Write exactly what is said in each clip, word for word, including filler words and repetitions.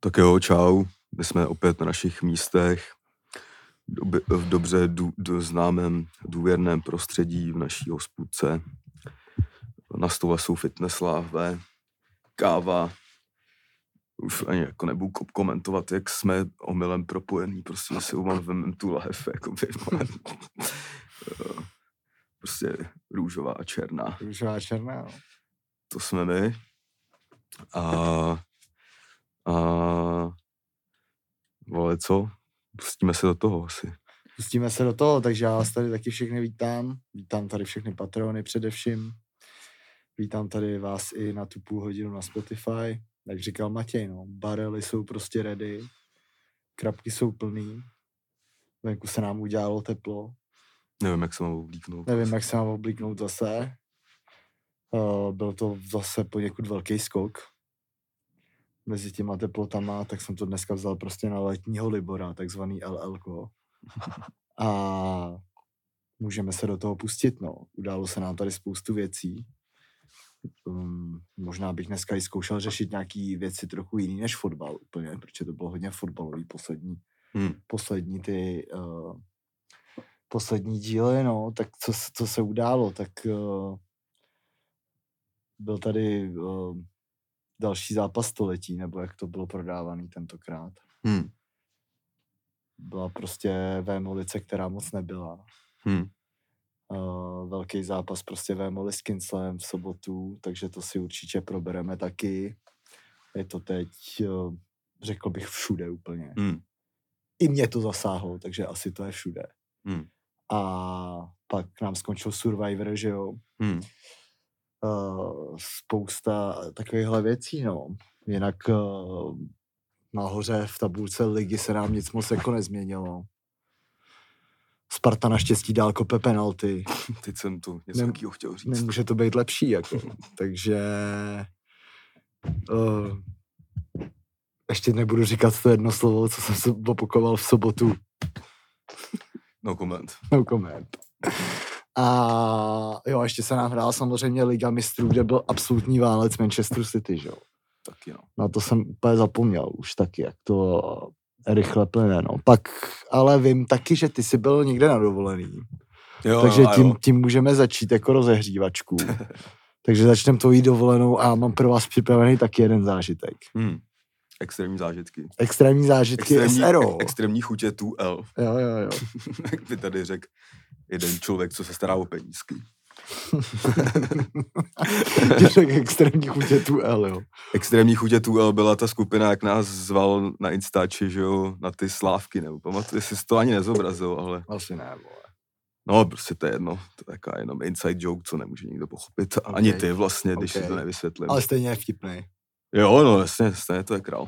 Tak jo, čau. My jsme opět na našich místech, v dobře dů, dů, známém důvěrném prostředí v naší hospůdce. Na stole jsou fitness láhve, káva. Už ani jako nebudu komentovat, jak jsme omylem propojení. Prostě si umám vemem tu lahev, jako prostě růžová a černá. Růžová a černá, no. To jsme my. A... A... Vole, co? Pustíme se do toho asi. Pustíme se do toho, takže já vás tady taky všechny vítám. Vítám tady všechny patrony především. Vítám tady vás i na tu půl hodinu na Spotify. Jak říkal Matěj, no, barely jsou prostě ready, krabky jsou plný, venku se nám udělalo teplo. Nevím, jak se mám oblíknout. Nevím, jak se mám oblíknout zase. Uh, byl to zase poněkud velký skok mezi těma teplotama, tak jsem to dneska vzal prostě na letního Libora, takzvaný el elko. A můžeme se do toho pustit, no. Událo se nám tady spoustu věcí. Um, možná bych dneska i zkoušel řešit nějaký věci trochu jiný než fotbal úplně, protože to bylo hodně fotbalový poslední, hmm. poslední ty uh, poslední díly, no, tak co, co se událo, tak uh, byl tady uh, další zápas století, nebo jak to bylo prodávaný tentokrát. Hmm. Byla prostě Vémolice, která moc nebyla. Hmm. Uh, velký zápas prostě Vémoli s Kinslem v sobotu, takže to si určitě probereme taky. Je to teď, uh, řekl bych, všude úplně. Hmm. I mě to zasáhlo, takže asi to je všude. Hmm. A pak nám skončil Survivor, že jo. Hmm. Uh, spousta takovýchhle věcí, no. Jinak uh, nahoře v tabulce ligy se nám nic moc jako nezměnilo. Sparta naštěstí dál kope penalty. Teď jsem tu něco takýho chtěl říct. Nemůže to být lepší, jako. Takže uh, ještě nebudu říkat to jedno slovo, co jsem se opakoval v sobotu. No comment. No comment. A jo, ještě se nám hrála samozřejmě Liga mistrů, kde byl absolutní válec Manchester City, že jo. Taky no. Na to jsem úplně zapomněl už taky, jak to rychle plyne, no. Pak, ale vím taky, že ty jsi byl někde na dovolený. Jo, takže tím, jo. tím můžeme začít jako rozehřívačku. Takže začneme tvojí dovolenou a mám pro vás připravený taky jeden zážitek. Hmm. Extrémní zážitky. Extrémní zážitky extrémní, S R O. Extrémní chutě tu L. Jo, jo, jo. Jak by tady řekl jeden člověk, co se stará o penízky. Ty řekl extrémní chutě tu L, jo. Extrémní chutě tu L byla ta skupina, jak nás zval na Instači, že jo, na ty slávky, nebo pamatuju, jestli jsi to ani nezobrazil, ale... Asi ne, vole. No, prostě to je jedno, to je taková jenom inside joke, co nemůže nikdo pochopit. Okay. Ani ty vlastně, když okay. si to nevysvětlím. Ale stejně je vtipnej. Jo, no, jasně, stejně to je král.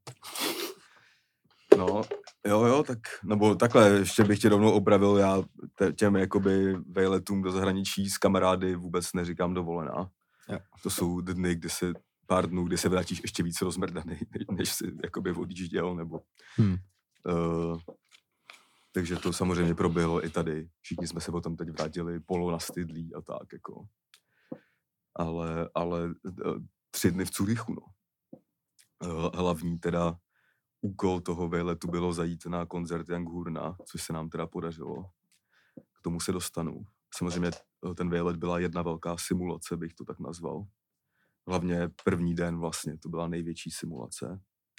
No, jo, jo, tak, nebo takhle, ještě bych tě rovnou opravil, já těm jakoby vejletům do zahraničí s kamarády vůbec neříkám dovolená. Jo. To jsou dny, kdy se, pár dnů, kdy se vrátíš ještě víc rozmrdaný, než si jakoby odjížděl, nebo... Hmm. Uh, takže to samozřejmě proběhlo i tady. Všichni jsme se potom teď vrátili polo nastydlí a tak, jako. Ale, ale uh, tři dny v Curychu, no. Uh, hlavní teda úkol toho vejletu bylo zajít na koncert Young Hurna, což se nám teda podařilo. K tomu se dostanu. Samozřejmě ten vejlet byla jedna velká simulace, bych to tak nazval. Hlavně první den vlastně, to byla největší simulace.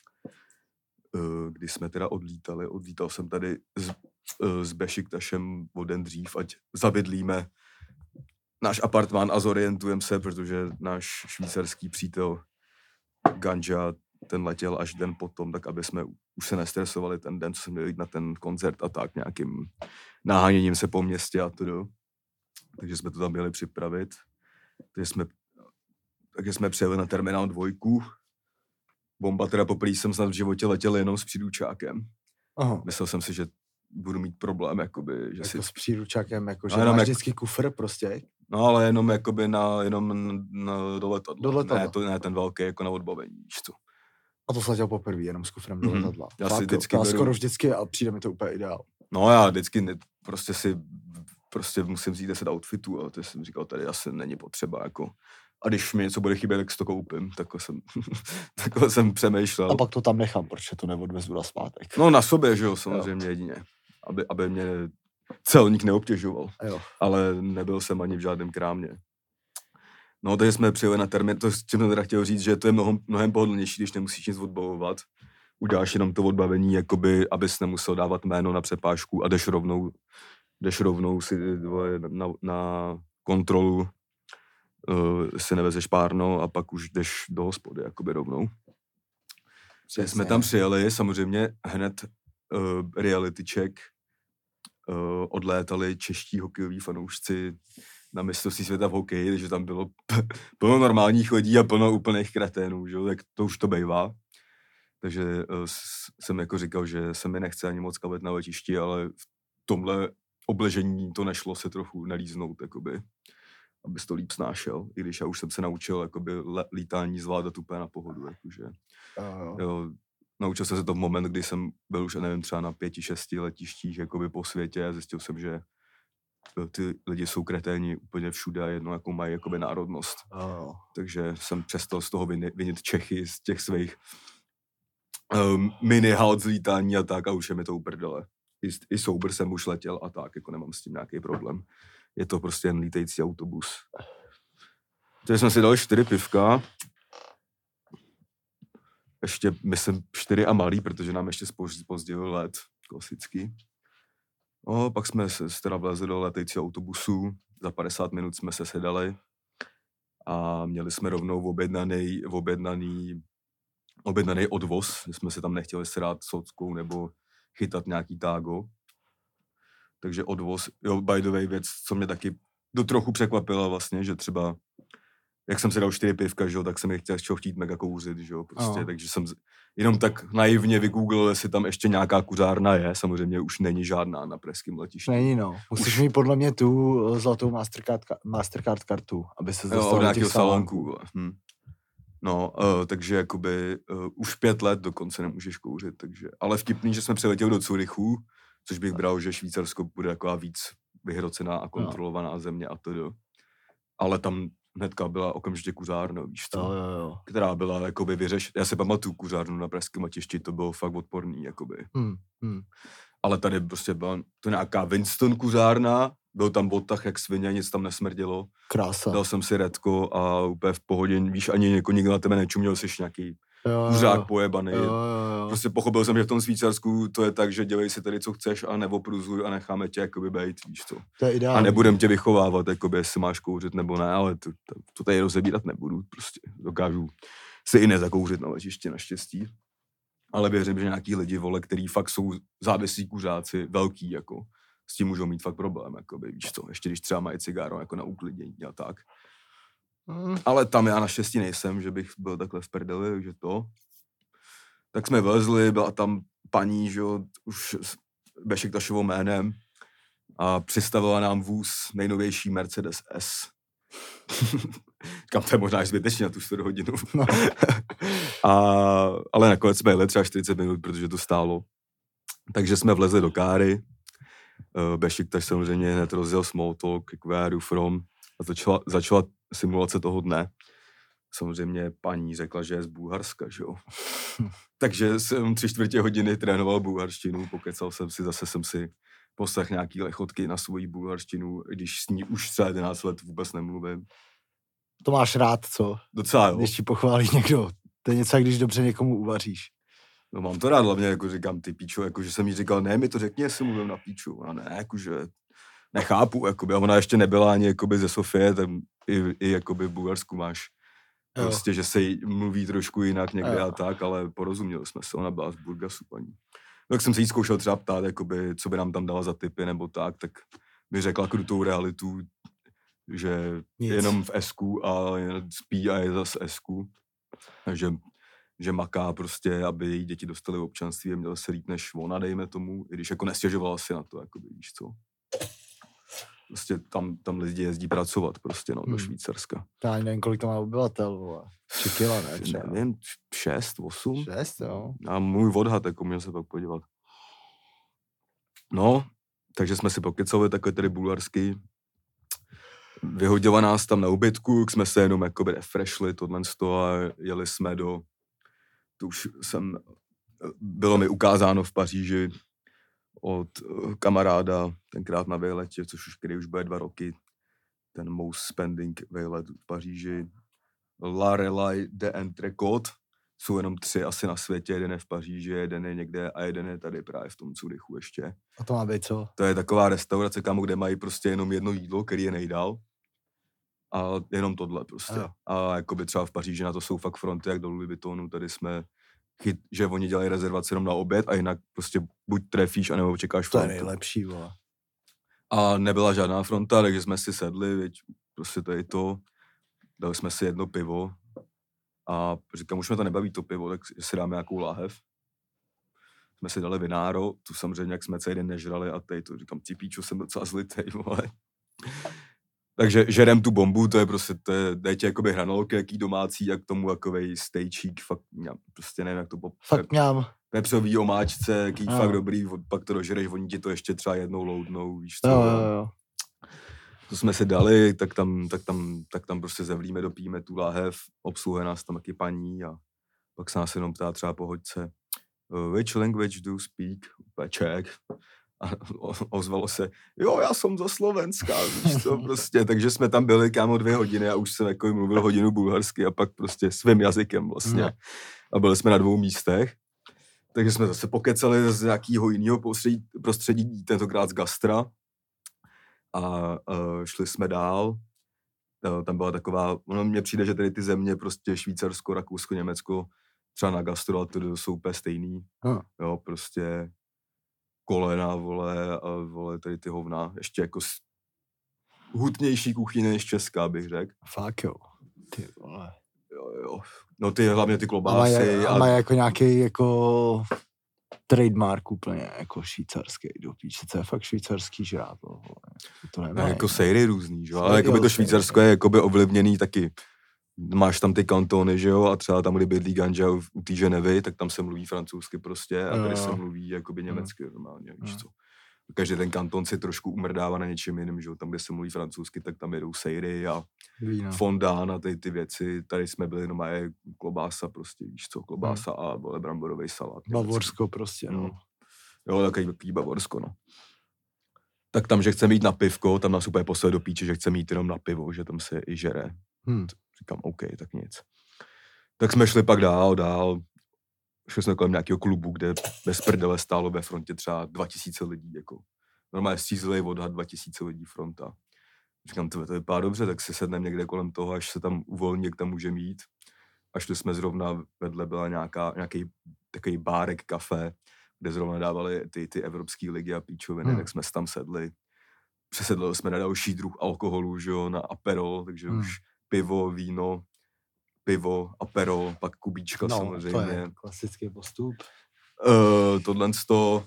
Když jsme teda odlítali, odlítal jsem tady s, s Bešiktašem o den dřív, ať zabydlíme náš apartmán a zorientujeme se, protože náš švýcarský přítel Ganja ten letěl až den potom, tak aby jsme už se nestresovali ten den, co jsme měli jít na ten koncert a tak nějakým naháněním se po městě a to. Takže jsme to tam měli připravit. Takže jsme, takže jsme přijeli na terminál dvojku. Bomba, teda poprvé jsem snad v životě letěl jenom s příručákem. Aha. Myslel jsem si, že budu mít problém, jakoby, že jako si... s příručákem, jako, že máš jak... jak... vždycky kufr prostě. No, ale jenom jakoby na, jenom na, do letadla. Do letadla. Ne, to, ne ten velký, jako na odbavení, víš co. A to se letěl poprvé, jenom s kufrem do letadla. Já si Fakt, vždycky to beru... skoro vždycky a přijde mi to úplně ideál. No já vždycky ne, prostě si, prostě musím vzít deset outfitů a to jsem říkal, tady asi není potřeba, jako A když mi něco bude chybět, tak si to koupím. Takhle jsem, takhle jsem přemýšlel. A pak to tam nechám, protože to neodvezu na zpátek. No na sobě, že jo, samozřejmě jo. Jedině. Aby, aby mě celník neobtěžoval. Jo. Ale nebyl jsem ani v žádném krámě. No, takže jsme přijeli na termín, to s tím jsem teda chtěl říct, že to je mnohem, mnohem pohodlnější, když nemusíš nic odbavovat. Uděláš jenom to odbavení, jakoby, abys nemusel dávat jméno na přepážku a jdeš rovnou, jdeš rovnou si na, na kontrolu, uh, si nevezeš párno a pak už jdeš do hospody, jakoby rovnou. Přesně. Jsme tam přijeli, samozřejmě hned uh, reality check, uh, odlétali čeští hokejoví fanoušci na mistrovství světa v hokeji, takže tam bylo p- plno normálních lidí a plno úplných kreténů, že? Tak to už to bejvá. Takže uh, jsem jako říkal, že se mi nechce ani moc kavet na letišti, ale v tomhle obležení to nešlo se trochu nalíznout, jakoby, abys to líp snášel, i když já už jsem se naučil jakoby, le- lítání zvládat úplně na pohodu. Jakože, uh. jo, naučil jsem se to v moment, kdy jsem byl už, nevím, třeba na pěti, šesti letištích jakoby, po světě a zjistil jsem, že ty lidi jsou kreténi úplně všude a jedno, jakou mají jakoby, národnost. Uh. Takže jsem přestal z toho vinit Čechy, z těch svých um, mini halt z lítání a tak a už je mi to uprdele. I, I soubr jsem už letěl a tak, jako nemám s tím nějaký problém. Je to prostě jen lítající autobus. Takže jsme si dali čtyři pivka. Ještě, myslím, čtyři a malý, protože nám ještě později let, klasický. No, pak jsme se teda vlezli do letajícího autobusu, za padesát minut jsme se sedali a měli jsme rovnou objednaný, objednaný, objednaný odvoz, že jsme se tam nechtěli srát sockou nebo chytat nějaký tágo. Takže odvoz, jo, by the way, věc, co mě taky do trochu překvapila vlastně, že třeba, jak jsem si dal čtyři pivka, že jo, tak jsem je chtěl, chtěl chtít mega kouřit, že jo, prostě, oh. Takže jsem jenom tak naivně vygooglil, jestli tam ještě nějaká kuřárna je, samozřejmě už není žádná na pražském letišti. Není, no. Musíš už... mít podle mě tu zlatou Mastercard, Mastercard kartu, aby se dostal do těch salonků. Hm. No, uh, takže jakoby uh, už pět let dokonce nemůžeš kouřit, takže, ale vtipný, že jsme přiletěli do Curychu, což bych bral, že Švýcarsko bude taková víc vyhrocená a kontrolovaná no. země a to. Ale tam hnedka byla okamžitě kuřárna, víš co? Jo, jo, jo. Která byla jakoby vyřešená. Já si pamatuju kuřárnu na pražském letišti, to bylo fakt odporný, jakoby. Hmm, hmm. Ale tady prostě byla to nějaká Winston kuřárna, byl tam odtah jak svině, nic tam nesmrdělo. Krása. Dal jsem si redko a úplně v pohodě, víš, ani jako nikdo na tebe nečuměl, jsi nějaký kuřák pojebaný. Jo, jo, jo. Prostě pochopil jsem, že v tom Švýcarsku to je tak, že dělej si tady, co chceš a neopruzuj a necháme tě jakoby bejt, víš co. To je ideální. A nebudem tě vychovávat, jakoby, jestli máš kouřit nebo ne, ale to, to, to tady rozebírat nebudu, prostě dokážu si i nezakouřit na letišti naštěstí. Ale věřím, že nějaký lidi, vole, který fakt jsou závislí kuřáci, velký, jako, s tím můžou mít fakt problém, jakoby, víš co, ještě když třeba mají cigáro jako na uklidnění a tak. Mm. Ale tam já naštěstí nejsem, že bych byl takhle v prdeli, takže to. Tak jsme vlezli, byla tam paní, že jo, už s Bešiktašovou jménem a přistavila nám vůz nejnovější Mercedes S. Kam to je možná až zbytečně na tu čtvrt hodinu. No. a, ale nakonec jsme jeli třeba čtyřicet minut, protože to stálo. Takže jsme vlezli do káry. Bešiktaš samozřejmě hned rozjel small talk, jako where are you from? A začala, začala simulace toho dne. Samozřejmě paní řekla, že je z Bulharska, že jo. Takže jsem tři čtvrtě hodiny trénoval bulharštinu, pokecal jsem si, zase jsem si poslech nějaký lechotky na svoji bulharštinu, když s ní už třeba jedenáct let vůbec nemluvím. To máš rád, co? Docela, jo. Když ti pochválí někdo. To je něco, když dobře někomu uvaříš. No mám to rád, hlavně jako říkám ty píčo, jako že jsem jí říkal, ne, mi to řekni, jestli mluvím na píču. A ne, jakože nechápu, jakoby. A ona ještě nebyla ani jakoby ze Sofie, tam i, i jakoby v Bulharsku máš jo. Prostě, že se jí mluví trošku jinak někde jo. a tak, ale porozuměli jsme se, ona byla z Burgasu, paní. Tak jsem se jí zkoušel třeba ptát, jakoby, co by nám tam dala za tipy nebo tak, tak mi řekla krutou realitu, že Nic. jenom v esku a spí a je zase esku. Takže že maká prostě, aby její děti dostaly občanství a měl se líp než ona, dejme tomu, i když jako nestěžovala si na to, jakoby, víš co. Prostě tam, tam lidi jezdí pracovat prostě, no, hmm. do Švýcarska. Já nevím, kolik to má obyvatel, vole. Tři kila, ne? Třeba. Nevím, šest, osm. Šest, jo. A můj odhad, jako měl se pak podívat. No, takže jsme si pokecali takhle tedy bulharský. vyhodila nás tam na ubytku, jsme se jenom jakoby refreshli tohle z toho a jeli jsme do, to už jsem, bylo mi ukázáno v Paříži od kamaráda, tenkrát na výletě, což už který už bude dva roky, ten most spending výlet v Paříži, La Relay de Entrecôte, jsou jenom tři asi na světě, jeden je v Paříži, jeden je někde a jeden je tady právě v tom Curychu ještě. A to má být co? To je taková restaurace, kámo, kde mají prostě jenom jedno jídlo, který je nejdál. A jenom tohle prostě. A, a jakoby třeba v Paříži na to jsou fakt fronty, jak do Louis Vuittonu, tady jsme chyt, že oni dělají rezervaci jenom na oběd a jinak prostě buď trefíš, anebo čekáš frontu. To je nejlepší, vole. A nebyla žádná fronta, takže jsme si sedli, věď, prostě tady to, dali jsme si jedno pivo a říkám, už mě to nebaví to pivo, tak si dáme nějakou láhev. Jsme si dali vináro, tu samozřejmě, jak jsme celý den nežrali a tady to, říkám, ty píčo, jsem docela zlitej, vole. Takže žerem tu bombu, to je prostě, to je, dejte jakoby hranolky, jaký domácí a k tomu jakovej stejčík, fakt, já prostě nevím, jak to po... Fakt mňam. Pepřový omáčce, jaký no. fakt dobrý, pak to dožereš, oni ti to ještě třeba jednou loudnou, víš co. Jo, jo, jo. To jsme si dali, tak tam, tak tam, tak tam prostě zavlíme, dopijeme tu láhev, obsluhuje nás tam taky paní a pak se nás jenom ptá třeba po hoďce, uh, which language do you speak? Peček. A ozvalo se, jo, já jsem ze Slovenska, víš co, prostě, takže jsme tam byli, kámo, dvě hodiny a už jsem jako mluvil hodinu bulharsky a pak prostě svým jazykem vlastně. Mm. A byli jsme na dvou místech, takže jsme zase pokecali z nějakého jiného prostředí, prostředí, tentokrát z gastra a uh, šli jsme dál. Uh, tam byla taková, ono mně přijde, že tady ty země, prostě Švýcarsko, Rakousko, Německo, třeba na gastro, a to jsou úplně stejný, mm. jo, prostě kolena, vole, a vole, tady ty hovna, ještě jako hutnější kuchyně než česká, bych řekl. Fakt jo, ty vole. Jo, jo. No ty, hlavně ty klobásy. A mají a... jako nějaký, jako trademark úplně, jako švýcarský, do píče, to je fakt švýcarský žrádlo, vole. To nemá, jako sejry různý, že jo, ale jakoby to Švýcarsko je jakoby ovlivněný taky. Máš tam ty kantony, že jo, a třeba tam, kdy bydlí Ganja u té Ženevy, tak tam se mluví francouzsky prostě a tady se mluví jakoby německy normálně, víš co. Každý ten kanton si trošku umrdává na něčem jiným, že jo, tam, kde se mluví francouzsky, tak tam jedou sejry a fondán a ty, ty věci, tady jsme byli jenom je klobása prostě, víš co, klobása hmm. a vole bramborový salát. Bavorsko prostě, no. Hmm. Jo, takový, takový Bavorsko, no. Tak tam, že chce mít na pivko, tam nás úplně poslali do píče, že chce mít jenom na pivo, že tam se i žere. Hmm. Říkám, OK, tak nic. Tak jsme šli pak dál, dál. Šli jsme kolem nějakého klubu, kde bez prdele stálo ve frontě třeba dva tisíce lidí, jako. Normálně střízlej odhad dva tisíce lidí fronta. Říkám, to, to vypadá dobře, tak si sedneme někde kolem toho, až se tam uvolní, jak tam může mít. A šli jsme zrovna, vedle byla nějaká, nějaký takový bárek, kafe, kde zrovna dávali ty, ty evropské ligy a píčoviny, hmm. tak jsme se tam sedli. Přesedli jsme na další druh alkoholu, že jo, na Aperol, takže hmm. už pivo, víno, pivo, Aperol, pak kubíčka no, samozřejmě. To je klasický postup. Uh, tohle z toho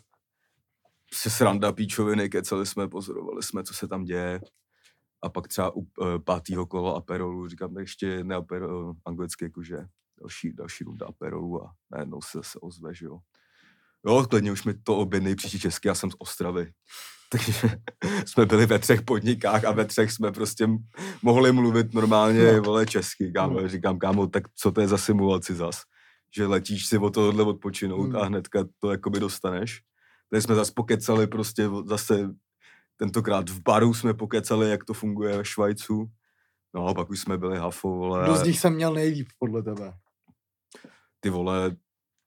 se sranda píčoviny, kecali jsme, pozorovali jsme, co se tam děje. A pak třeba u uh, pátýho kola Aperolu, říkám, tak ještě jedné Aperol, anglicky jakože další, další runda Aperolu a najednou se zase ozve, že jo. Jo, klidně už mi to objednej příští česky, já jsem z Ostravy. Takže jsme byli ve třech podnikách a ve třech jsme prostě mohli mluvit normálně, no. vole, česky, kámo. Mm. Říkám, kámo, tak co to je za simulaci zas? Že letíš si od tohohle odpočinout mm. a hnedka to jakoby dostaneš. Tady jsme zase pokecali prostě zase, tentokrát v baru jsme pokecali, jak to funguje ve Švajcu. No a pak už jsme byli hafo, vole. Kdo z nich jsem měl nejlíp, podle tebe? Ty vole,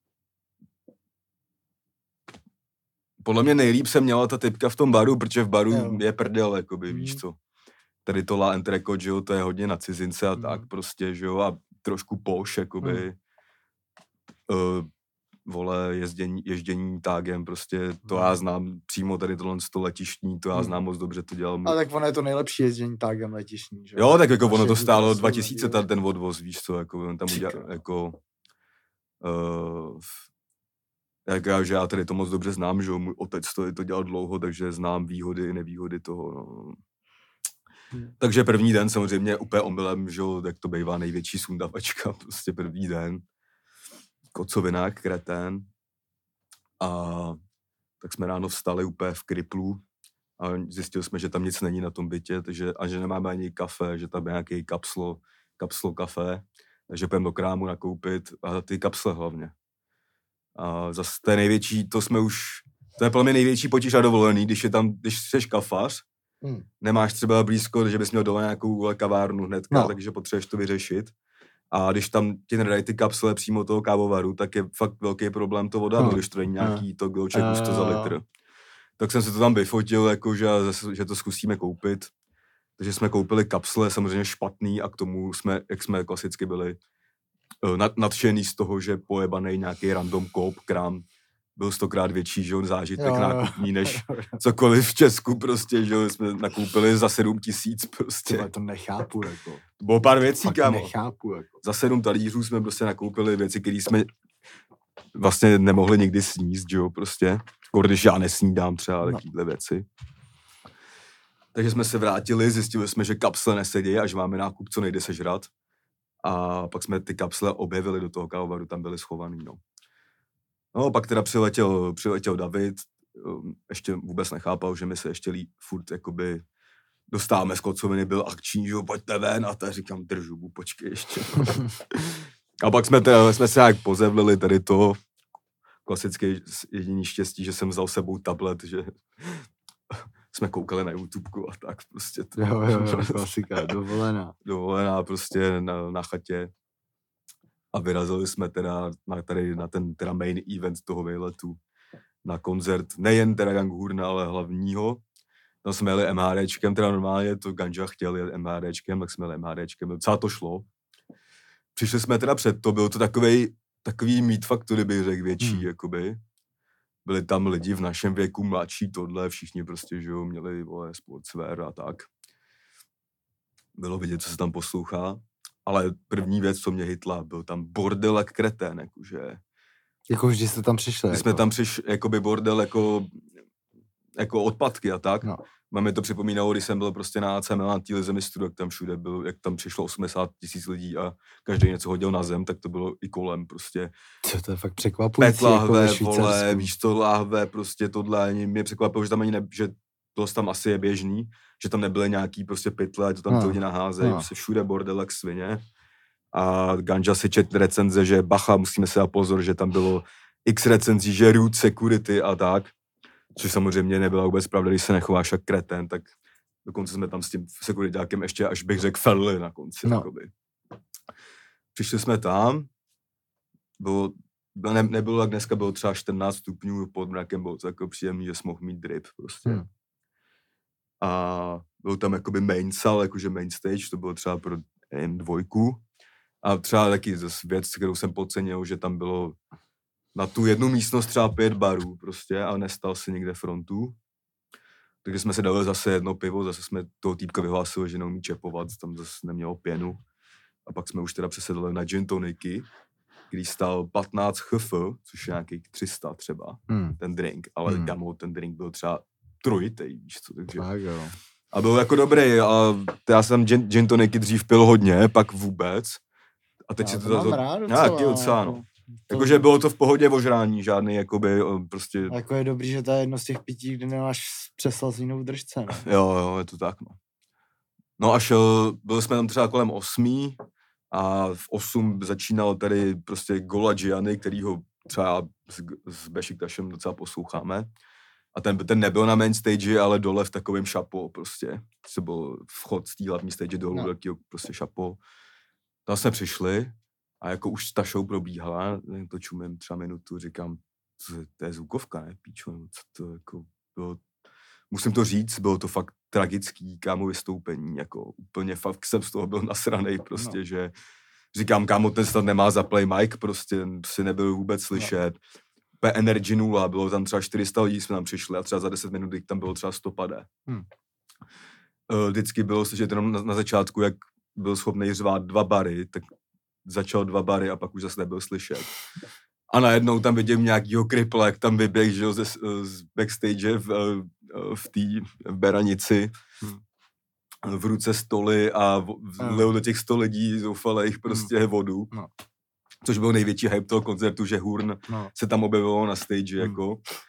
podle mě nejlíp se měla ta typka v tom baru, protože v baru jo. je prdel, jakoby, mm. víš co. Tady to La Entrecôte, že jo, to je hodně na cizince a mm. tak prostě, že jo, a trošku poš, jakoby, mm. uh, vole, jezdění, ježdění tágem, prostě, to mm. já znám přímo tady tohle to letištní, to já znám mm. moc dobře, to dělal. Ale tak ono je to nejlepší jezdění tágem letištní, že jo. Jo, tak jako ono to stálo dva tisíce, ten, ten odvoz, víš co, jako on tam udělal, jako, uh, jak já, že já tady to moc dobře znám, že můj otec to, to dělal dlouho, takže znám výhody i nevýhody toho, no. Hmm. Takže první den samozřejmě úplně omylem, že jak to bývá největší sundavačka, prostě první den. Kocovinák, kretén. A tak jsme ráno vstali úplně v kriplu, A zjistili jsme, že tam nic není na tom bytě, takže, a že nemáme ani kafe, že tam je nějaký kapslo, kapslo kafe, takže půjdeme do krámu nakoupit a ty kapsle hlavně. A zase to je největší, to jsme už, to je pro mě největší potíž na dovolený, když je tam, když jsi kafař, hmm. nemáš třeba blízko, že bys měl dole nějakou kavárnu hnedka, no. takže potřebuješ to vyřešit. A když tam ti nedají ty kapsle přímo toho kávovaru, tak je fakt velký problém to voda, no. když to není nějaký to gloček už to za litr. Tak jsem se to tam vyfotil, jako, že, že to zkusíme koupit. Takže jsme koupili kapsle, samozřejmě špatný a k tomu jsme, jak jsme klasicky byli, nadšený z toho, že pojebanej nějaký random koop, krám, byl stokrát větší, že on zážitek jo, nákupní, než cokoliv v Česku prostě, že jsme nakoupili za sedm tisíc prostě. Tyba, to nechápu, jako. To bylo pár věcí, kámo. nechápu, jako. Za sedm talířů jsme prostě nakoupili věci, které jsme vlastně nemohli nikdy sníst, že jo, prostě. Když já nesnídám třeba no. takovýhle věci. Takže jsme se vrátili, zjistili jsme, že kapsle nesedí a že máme nákup co nejde sežrat. A pak jsme ty kapsle objevili do toho kávovaru, tam byly schovaný, no. No, pak teda přiletěl, přiletěl David, ještě vůbec nechápal, že my se ještě lí, furt jakoby dostáváme z kocoviny, byl akční, že jo, pojďte ven, a tak říkám, držu, počkej ještě. A pak jsme teda, jsme se jak pozevlili tady to, klasické jediný štěstí, že jsem vzal sebou tablet, že jsme koukali na YouTubeku a tak prostě. To, jo, jo, jo, klasika, dovolená. Dovolená prostě na, na chatě. A vyrazili jsme teda na, tady, na ten teda main event toho výletu, na koncert, nejen teda Gang Hurna, ale hlavního. Tam jsme jeli MHDčkem, teda normálně to Ganja chtěl jet MHDčkem, tak jsme jeli MHDčkem, docela to šlo. Přišli jsme teda před to, byl to takovej, takový meet faktory, bych řekl, větší, hmm. jakoby. Byli tam lidi v našem věku, mladší, tohle, všichni prostě, že jo, měli, vole, sportswear a tak. Bylo vidět, co se tam poslouchá. Ale první věc, co mě hitla, byl tam bordel jak kretén, jakože. Jako vždy jste tam přišli. Když jako... jsme tam přišli, jakoby bordel jako, jako odpadky a tak. No. Máme to připomínalo, když jsem byl prostě na A C Milan, týhle zemi studu, jak tam všude byl, jak tam přišlo osmdesát tisíc lidí a každý něco hodil na zem, tak to bylo i kolem prostě. Co to je fakt překvapující. Pět láhve, jako vole, víš to, láhve, prostě tohle, mě překvapilo, že tam ani ne, že to tam asi je běžný, že tam nebyly nějaký prostě pytle, to tam no. ty lidi naházejí, no. všude bordel jak svině. A Ganja si čet recenze, že bacha, musíme se dát pozor, že tam bylo x recenzí, že root security a tak, což samozřejmě nebyla vůbec pravda, když se nechováš jak kreten, tak dokonce jsme tam s tím securitákem ještě, až bych řekl, felli na konci. No. Jakoby. Přišli jsme tam, bylo, ne, nebylo jak dneska, bylo třeba čtrnáct stupňů, pod mrakem bylo to jako příjemný, že jsme mohli mít drip prostě. Hmm. A byl tam jakoby main sal, jakože main stage, to bylo třeba pro jen dvojku. A třeba taky zase věc, kterou jsem podcenil, že tam bylo na tu jednu místnost třeba pět barů prostě a nestal se nikde frontu. Takže jsme se dali zase jedno pivo, zase jsme toho týpka vyhlásili, že neumí čepovat, tam zase nemělo pěnu. A pak jsme už teda přesedli na gin toniky, který stál patnáct chf, což je nějakých tři sta třeba, hmm. ten drink. Ale hmm. kamo, ten drink byl třeba trojitej, víš co, takže... Tak jo. A byl jako dobrý, a já jsem gin, gin toniky dřív pil hodně, pak vůbec. A teď si to... Já to mám rád docela. Nějaký docela, no. To... Jakože bylo to v pohodě ožrání, žádný, jakoby, prostě... Jako je dobrý, že to je jedno z těch pití, kde nemáš přeslazínou v držce, ne? Jo, jo, je to tak, no. No až byli jsme tam třeba kolem osmí a v osm začínal tady prostě Gola Gianni, kterýho třeba s, s Bešiktašem docela posloucháme. A ten, ten nebyl na main stage, ale dole v takovém šapo prostě. To byl vchod z té hlavní stage dolů, no. Takýho prostě šapo. Tam jsme přišli a jako už ta show probíhala, to čumím třeba minutu, říkám, to je zvukovka, ne, píčo, nebo co to jako bylo. Musím to říct, bylo to fakt tragický, kámo, vystoupení, jako úplně fakt jsem z toho byl nasranej prostě, no. Že říkám, kámo, ten snad nemá za play mic, prostě si nebyl vůbec slyšet. No. P Energy nula, bylo tam třeba čtyři sta lidí, jsme tam přišli a třeba za deset minut tam bylo třeba sto padé. Hmm. Vždycky bylo slyšet jenom na, na začátku, jak byl schopný řvát dva bary, tak začal dva bary a pak už zase nebyl slyšet. A najednou tam vidím nějakýho kripla, jak tam vyběh, že jo, z, z backstage v, v té v Beranici, hmm. v ruce stoly a lil do těch sto lidí zoufalejch prostě hmm. vodu. No. Což byl největší hype toho koncertu, že Hurn no. se tam objevilo na stage, hmm. jako.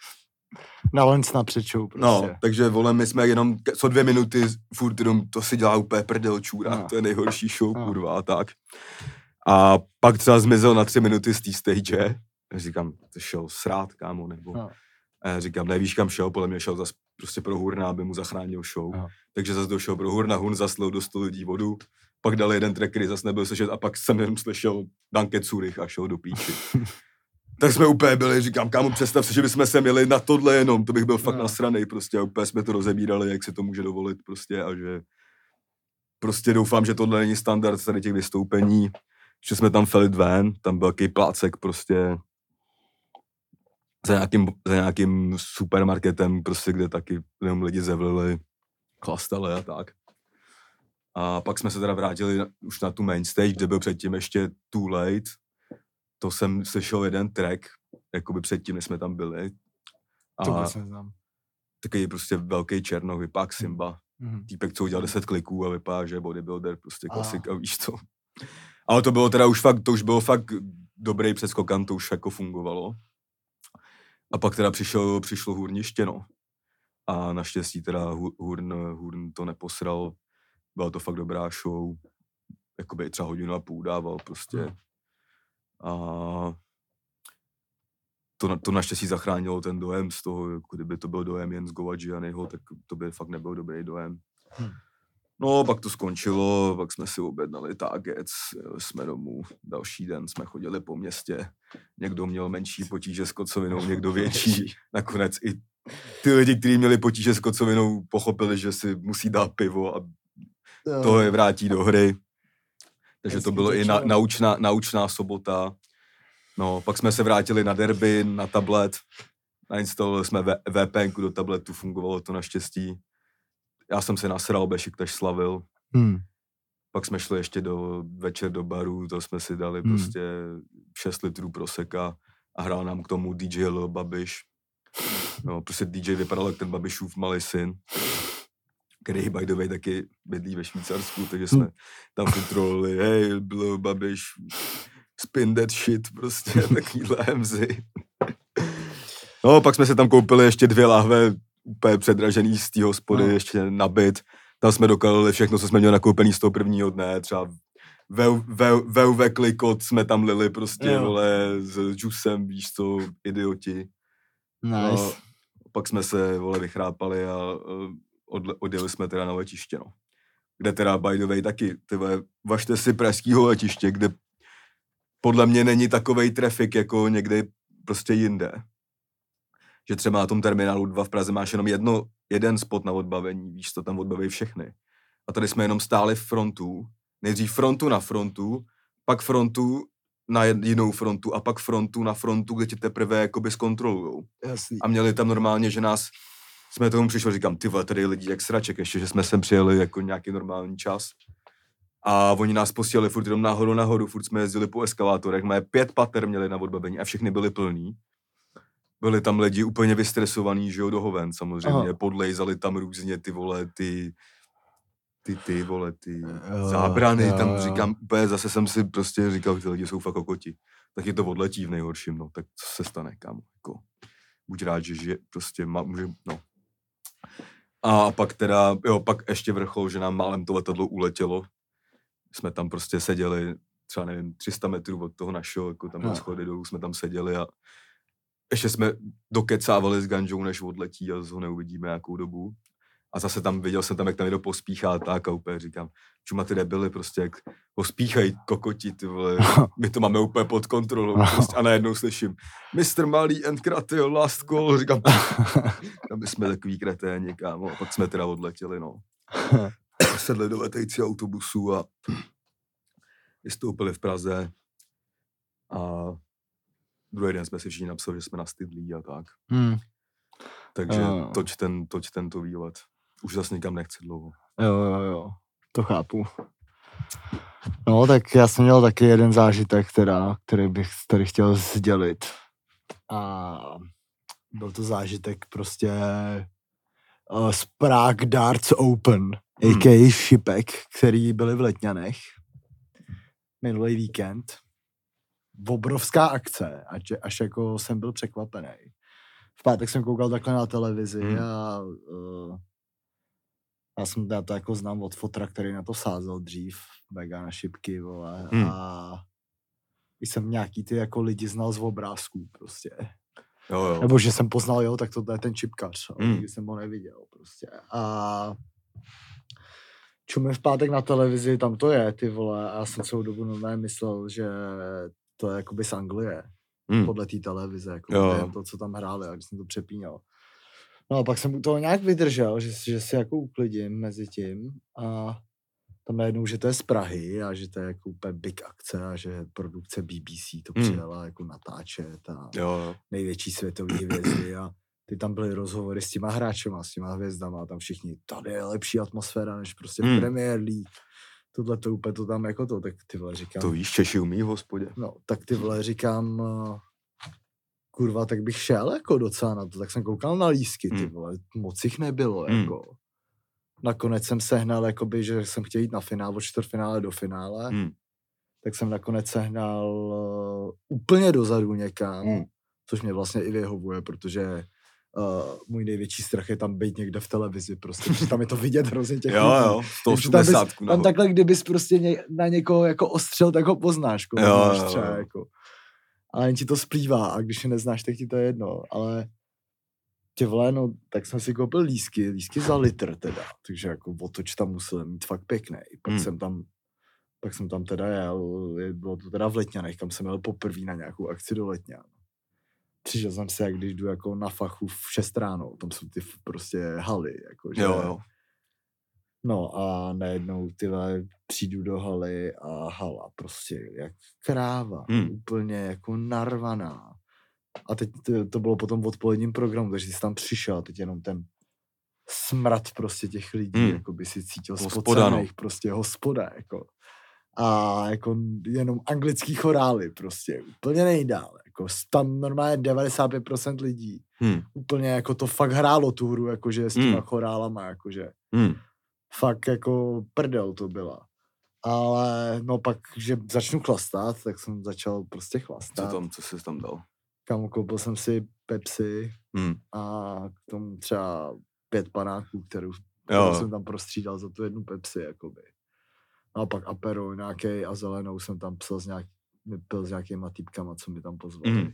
Na Lens na předčou prostě. No, takže vole, my jsme jenom co dvě minuty, furt jenom to si dělá úplně prdel čůra, no. To je nejhorší show, no. Kurva, a tak. A pak třeba zmizel na tři minuty z té stage. Říkám, to šel srát, kámo, nebo... No. A já říkám, nevíš, kam šel, podle mě šel zas prostě pro Hurna, aby mu zachránil show. No. Takže zase došel pro Hurna, Hurn zaslil do sto lidí vodu, pak dal jeden track, který zase nebyl slyšet a pak jsem jenom slyšel Danke Zurich a šel do píči. Tak jsme úplně byli, říkám, kámo, představ si, že bychom se měli na tohle jenom, to bych byl fakt no. nasranej prostě a úplně jsme to rozebírali, jak se to může dovolit prostě a že prostě doufám, že tohle není standard tady těch vystoupení, že jsme tam feli ven, tam byl jaký plácek prostě za nějakým, za nějakým supermarketem prostě, kde taky jenom lidi zevlili, chlastali a tak. A pak jsme se teda vrátili na, už na tu main stage, kde byl předtím ještě Too Late. To jsem slyšel jeden track, jakoby předtím, než jsme tam byli. A to vlastně znám. Takový prostě velký černoch, vypadá Simba. Mm. Týpek, co udělal deset kliků a vypadá, že bodybuilder, prostě klasika, víš co. Ale to bylo teda už fakt, to už bylo fakt dobrý předskokan, to už jako fungovalo. A pak teda přišel, přišlo hurniště, no. A naštěstí teda Hurn, Hurn to neposral. Byla to fakt dobrá show. Jakoby třeba hodinu a půl dával prostě. Mm. A to, to naštěstí zachránilo ten dojem z toho, jako kdyby to byl dojem jen z Gowadžianyho, tak to by fakt nebyl dobrý dojem. Hmm. No, pak to skončilo, pak jsme si objednali tágec, jsme domů, další den jsme chodili po městě, někdo měl menší potíže s kocovinou, někdo větší, nakonec i ty lidi, kteří měli potíže s kocovinou, pochopili, že si musí dát pivo a to je vrátí do hry. Takže to bylo i na, naučná, naučná sobota. No, pak jsme se vrátili na derby, na tablet. Nainstalovali jsme V P N ku do tabletu, fungovalo to naštěstí. Já jsem se nasral, Bešiktaš slavil. Hmm. Pak jsme šli ještě do večer do baru, to jsme si dali hmm. prostě šest litrů proseka a hrál nám k tomu D J Lil Babiš. No, prostě D J vypadal jak ten Babišův malý syn, který by the way taky bydlí ve Švýcarsku, takže jsme tam kontrolovali, hej, Lil Babiš, spin that shit, prostě takovýhle hemzy. No, pak jsme se tam koupili ještě dvě lahve, úplně předražený z té hospody, no. Ještě nabit. Tam jsme dokalili všechno, co jsme měli nakoupený z toho prvního dne, třeba V V klikot jsme tam lili prostě, jo. Vole, s džusem, víš co, idioti. Nice. No, pak jsme se, vole, vychrápali a odle, odjeli jsme teda na letiště, no. Kde teda, by the way, taky, tyhle, važte si pražskýho letiště, kde podle mě není takovej trafik, jako někdy prostě jinde. Že třeba na tom terminálu dva v Praze máš jenom jedno, jeden spot na odbavení, víš, to tam odbaví všechny. A tady jsme jenom stáli v frontu, nejdřív frontu na frontu, pak frontu na jinou frontu a pak frontu na frontu, kde tě teprve jakoby zkontrolujou. Jasný. A měli tam normálně, že nás, jsme tomu přišli, říkám, ty vole, tady lidi jak sraček, ještě, že jsme sem přijeli jako nějaký normální čas. A oni nás posílali furt jenom nahoru nahoru, furt jsme jezdili po eskalátorech, máme pět pater měli na odbavení a všechny byly plný. Byli tam lidi úplně vystresovaný, že jo, do hoven samozřejmě, aha. Podlejzali tam různě ty vole, ty, ty, ty vole, ty jo, zábrany, jo, tam jo. Říkám, úplně zase jsem si prostě říkal, že ty lidi jsou fakt kokoti. Tak je to odletí v nejhorším, no, tak co se stane, kámo, jako, buď rád, že, že prostě má, může, no. A pak teda, jo, pak ještě vrchol, že nám málem to letadlo uletělo. Jsme tam prostě seděli, třeba nevím, tři sta metrů od toho našeho, jako tam na schody dolů jsme tam seděli a ještě jsme dokecávali s Ganžou, než odletí a ho neuvidíme nějakou dobu. A zase tam viděl jsem tam, jak tam někdo pospíchá tak a úplně říkám, čuma ty debily, prostě jak pospíchají kokoti, ty vole, my to máme úplně pod kontrolou. Prostě, a najednou slyším, mister Malý and Kratyl, last call, říkám, a my jsme takový kreténi, kámo, a pak jsme teda odletěli, no. Sedli do letející autobusu a vystoupili v Praze a druhý den jsme si všichni napsali, že jsme nastydlí a tak. Hmm. Takže uh. toč, ten, toč tento výlet. Už zase nikam nechci dlouho. Jo, jo, jo. To chápu. No, tak já jsem měl taky jeden zážitek, teda, který bych tady chtěl sdělit. A byl to zážitek prostě uh, z Prague Darts Open, hmm. a k a. Šipek, který byly v Letňanech minulý víkend. Obrovská akce, až, až jako jsem byl překvapený. v pátek jsem koukal takhle na televizi Hmm. a uh, já jsem já to jako znám od fotra, který na to sázel dřív, mega na šipky, vole, Hmm. a jsem nějaký ty jako lidi znal z obrázků prostě. Jo, jo. Nebo že jsem poznal, jo, tak to je ten čipkař, ale Hmm. nikdy jsem ho neviděl prostě. A čumím v pátek na televizi, tam to je, ty vole, a já jsem celou dobu normálně myslel, že to je jakoby z Anglie, Hmm. podle té televize, jako Jo. to, co tam hráli, a když jsem to přepínal. No a pak jsem u toho nějak vydržel, že, že si jako uklidím mezi tím a tam najednou, že to je z Prahy a že to je jako úplně big akce a že produkce B B C to Hmm. přijela jako natáčet a Jo, jo. největší světový hvězdy a ty tam byly rozhovory s těma hráčema, s těma hvězdama a tam všichni, tady je lepší atmosféra než prostě v Hmm. Premier League. Tohle to úplně to tam jako to, tak ty vole říkám. To víš, Češi umí v hospodě. No, tak ty vole říkám, uh, kurva, tak bych šel jako docela na to, tak jsem koukal na lístky, ty Hmm. vole, moc jich nebylo, Hmm. jako. Nakonec jsem sehnal, jakoby, že jsem chtěl jít na finál, od čtvrtfinále do finále, Hmm. tak jsem nakonec sehnal uh, úplně dozadu někam, Hmm. což mě vlastně i vyhovuje, protože uh, můj největší strach je tam být někde v televizi, prostě, protože tam je to vidět hrozně těch Jo, lidí. jo, sto Když tam, bys, osmdesát tam takhle, kdybys prostě ně, na někoho jako ostřel, tak ho poznáš, koho Jo, máš jo, třeba, jo. jako. Ale jen ti to splývá a když je neznáš, tak ti to je jedno, ale tě vole, no, tak jsem si koupil lístky, lístky za litr teda, takže jako otoč tam musel mít fakt pěkný. Pak Hmm. jsem tam, pak jsem tam teda jel, bylo to teda v Letňanech, kam jsem jel poprvé na nějakou akci do Letňan. Přišel jsem se, jak když jdu jako na fachu v šest ráno, tam jsou ty prostě haly, jako, že... Jo, jo. No a najednou tyhle přijdu do haly a hala prostě jak kráva, Hmm. úplně jako narvaná. A teď to, to bylo potom v odpoledním programu, takže jsi tam přišel a teď jenom ten smrad prostě těch lidí, Hmm. jako by si cítil Hospoda, spocených, prostě hospoda, jako. A jako jenom anglický chorály prostě, úplně nejdál, jako tam normálně devadesát pět procent lidí, Hmm. úplně jako to fakt hrálo tu hru, jakože s těma Hmm. chorálama, jakože Hmm. fakt jako prdel to byla. Ale no pak, že začnu chlastat, tak jsem začal prostě Co chlastat. tam, co jsi tam dal? Kam koupil jsem si Pepsi Hmm. a k tomu třeba pět panáků, kterou, Jo. kterou jsem tam prostřídal za tu jednu Pepsi, jakoby. No a pak apero nějaký a zelenou jsem tam psal s, nějak, pil s nějakýma týpkama, co mi tam pozvali. Hmm.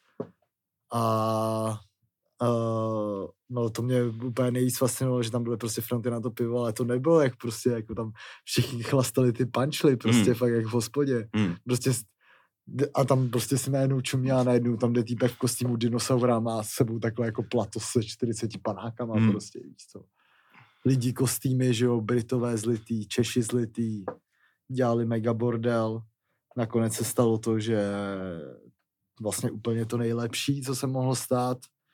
A Uh, no to mě úplně nejvíc fascinovalo, že tam byly prostě fronty na to pivo, ale to nebylo jak prostě, jako tam všichni chlastali ty punchly, prostě Mm. fakt jak v hospodě. Hmm. Prostě s- a tam prostě si najednou čumí a najednou tam jde týpek v kostýmu dinosaura, má s sebou takhle jako plato se čtyřiceti panákama, Mm. prostě, víš co. Lidi kostýmy, že jo, Britové zlitý, Češi zlitý, dělali mega bordel. Nakonec se stalo to, že vlastně úplně to nejlepší, co se mohlo stát,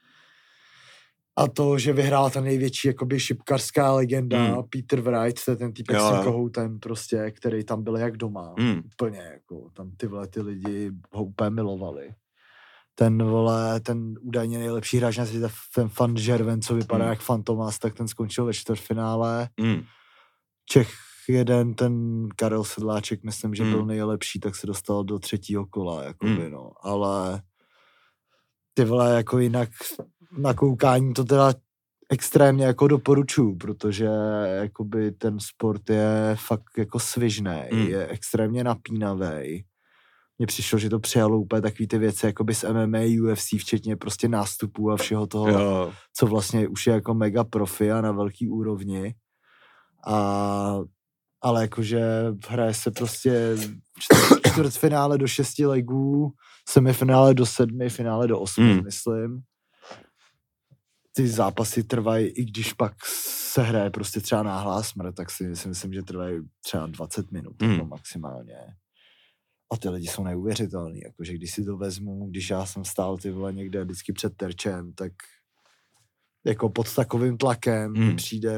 a to, že vyhrál ta největší jakoby šipkařská legenda, Mm. Peter Wright, to je ten týpek Jo, s tím jo. kohoutem prostě, který tam byl jak doma. Hmm. Úplně jako, tam tyhle ty lidi ho úplně milovali. Ten, vole, ten údajně nejlepší hráč na světě, ten Van Žerven, co vypadá Mm. jak Fantomas, tak ten skončil ve čtvrtfinále. Hmm. Čech jeden, ten Karel Sedláček, myslím, že Mm. byl nejlepší, tak se dostal do třetího kola, jakoby, Mm. no. Ale ty vole, jako jinak na koukání to teda extrémně jako doporučuju, protože jakoby ten sport je fakt jako svižnej, Mm. je extrémně napínavej. Mně přišlo, že to přijalo úplně takový ty věci jakoby z M M A, U F C, včetně prostě nástupů a všeho toho, Jo. co vlastně už je jako mega profi a na velký úrovni. A, ale jakože hraje se prostě čtvrt, čtvrtfinále do šesti legů, semifinále do sedmi, finále do osmi, Mm. myslím. Ty zápasy trvají, i když pak se hraje prostě třeba náhlá smrt, tak si, si myslím, že trvají třeba dvacet minut Mm. jako maximálně. A ty lidi jsou neuvěřitelný, jakože když si to vezmu, když já jsem stál ty vole někde vždycky před terčem, tak jako pod takovým tlakem Mm. mi přijde,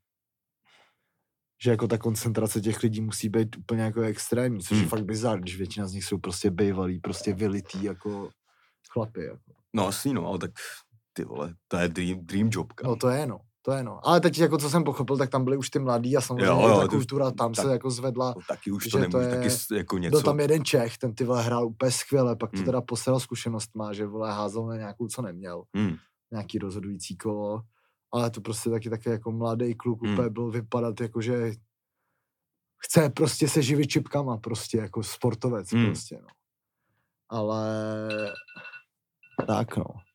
že jako ta koncentrace těch lidí musí být úplně jako extrémní, což je Mm. fakt bizar, když většina z nich jsou prostě bejvalí, prostě vylitý jako chlapy. Jako. No asi no, ale tak ty vole, to je dream, dream job, kam. No to je no, to je no. Ale teď jako co jsem pochopil, tak tam byli už ty mladí a samozřejmě Jo, jo, ta to už- kultura tam tak- se jako zvedla. To taky už že to to nemůže, je- taky s- jako něco. Byl tam jeden Čech, ten ty vole hrál úplně skvěle, pak to Hmm. teda posel zkušenost má, že vole házel na nějakou, co neměl. Hmm. nějaký rozhodující kolo, ale to prostě taky taky jako mladý kluk Hmm. úplně byl vypadat jako, že chce prostě se živit čipkama prostě, jako sportovec Hmm. prostě, no. Ale tak no.